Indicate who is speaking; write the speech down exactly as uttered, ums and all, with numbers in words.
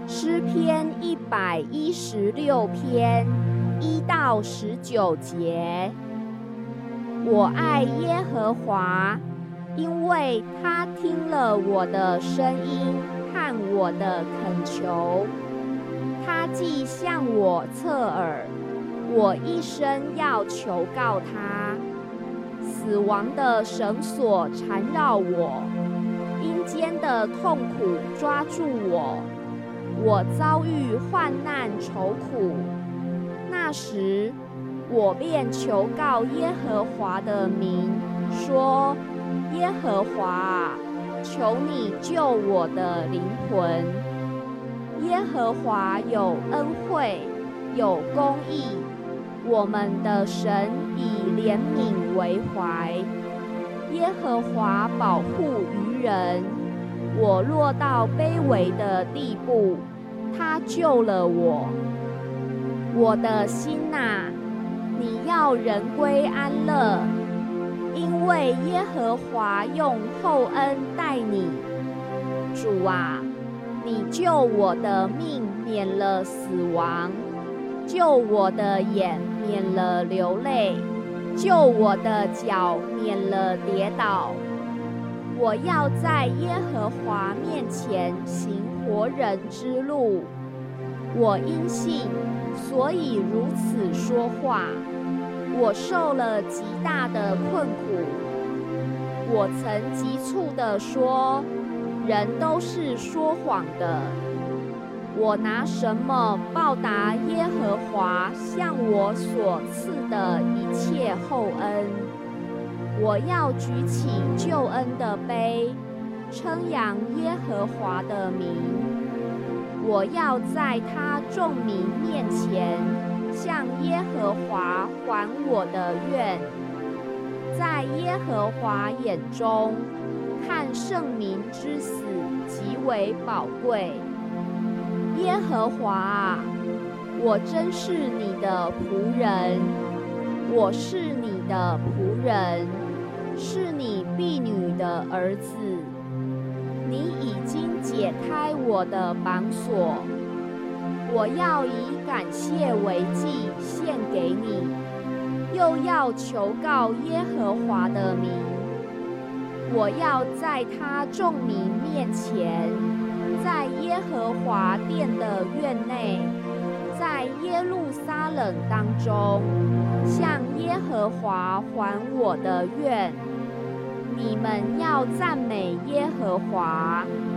Speaker 1: 诗篇一百一十六篇一到十九节。我爱耶和华，因为他听了我的声音和我的恳求。他既向我侧耳，我一生要求告他。死亡的绳索缠绕我，阴间的痛苦抓住我，我遭遇患难愁苦。那时，我便求告耶和华的名，说：耶和华啊，求你救我的灵魂。耶和华有恩惠，有公义，我们的神以怜悯为怀。耶和华保护愚人，我落到卑微的地步，他救了我。我的心哪，你要人归安乐，因为耶和华用厚恩待你。主啊，你救我的命免了死亡，救我的眼免了流泪，救我的脚免了跌倒。我要在耶和华面前行活人之路。我因信，所以如此说话。我受了极大的困苦。我曾急促地说，人都是说谎的。我拿什么报答耶和华向我所赐的一切厚恩？我要举起救恩的杯，称扬耶和华的名。我要在他众民面前向耶和华还我的愿。在耶和华眼中，看圣民之死极为宝贵。耶和华啊，我真是你的仆人，我是你的仆人，是你婢女的儿子。你已经解开我的绑锁，我要以感谢为祭献给你，又要求告耶和华的名。我要在他众民面前，在耶和华殿的院内，在耶路撒冷当中，向耶和华还我的愿。你们要赞美耶和华，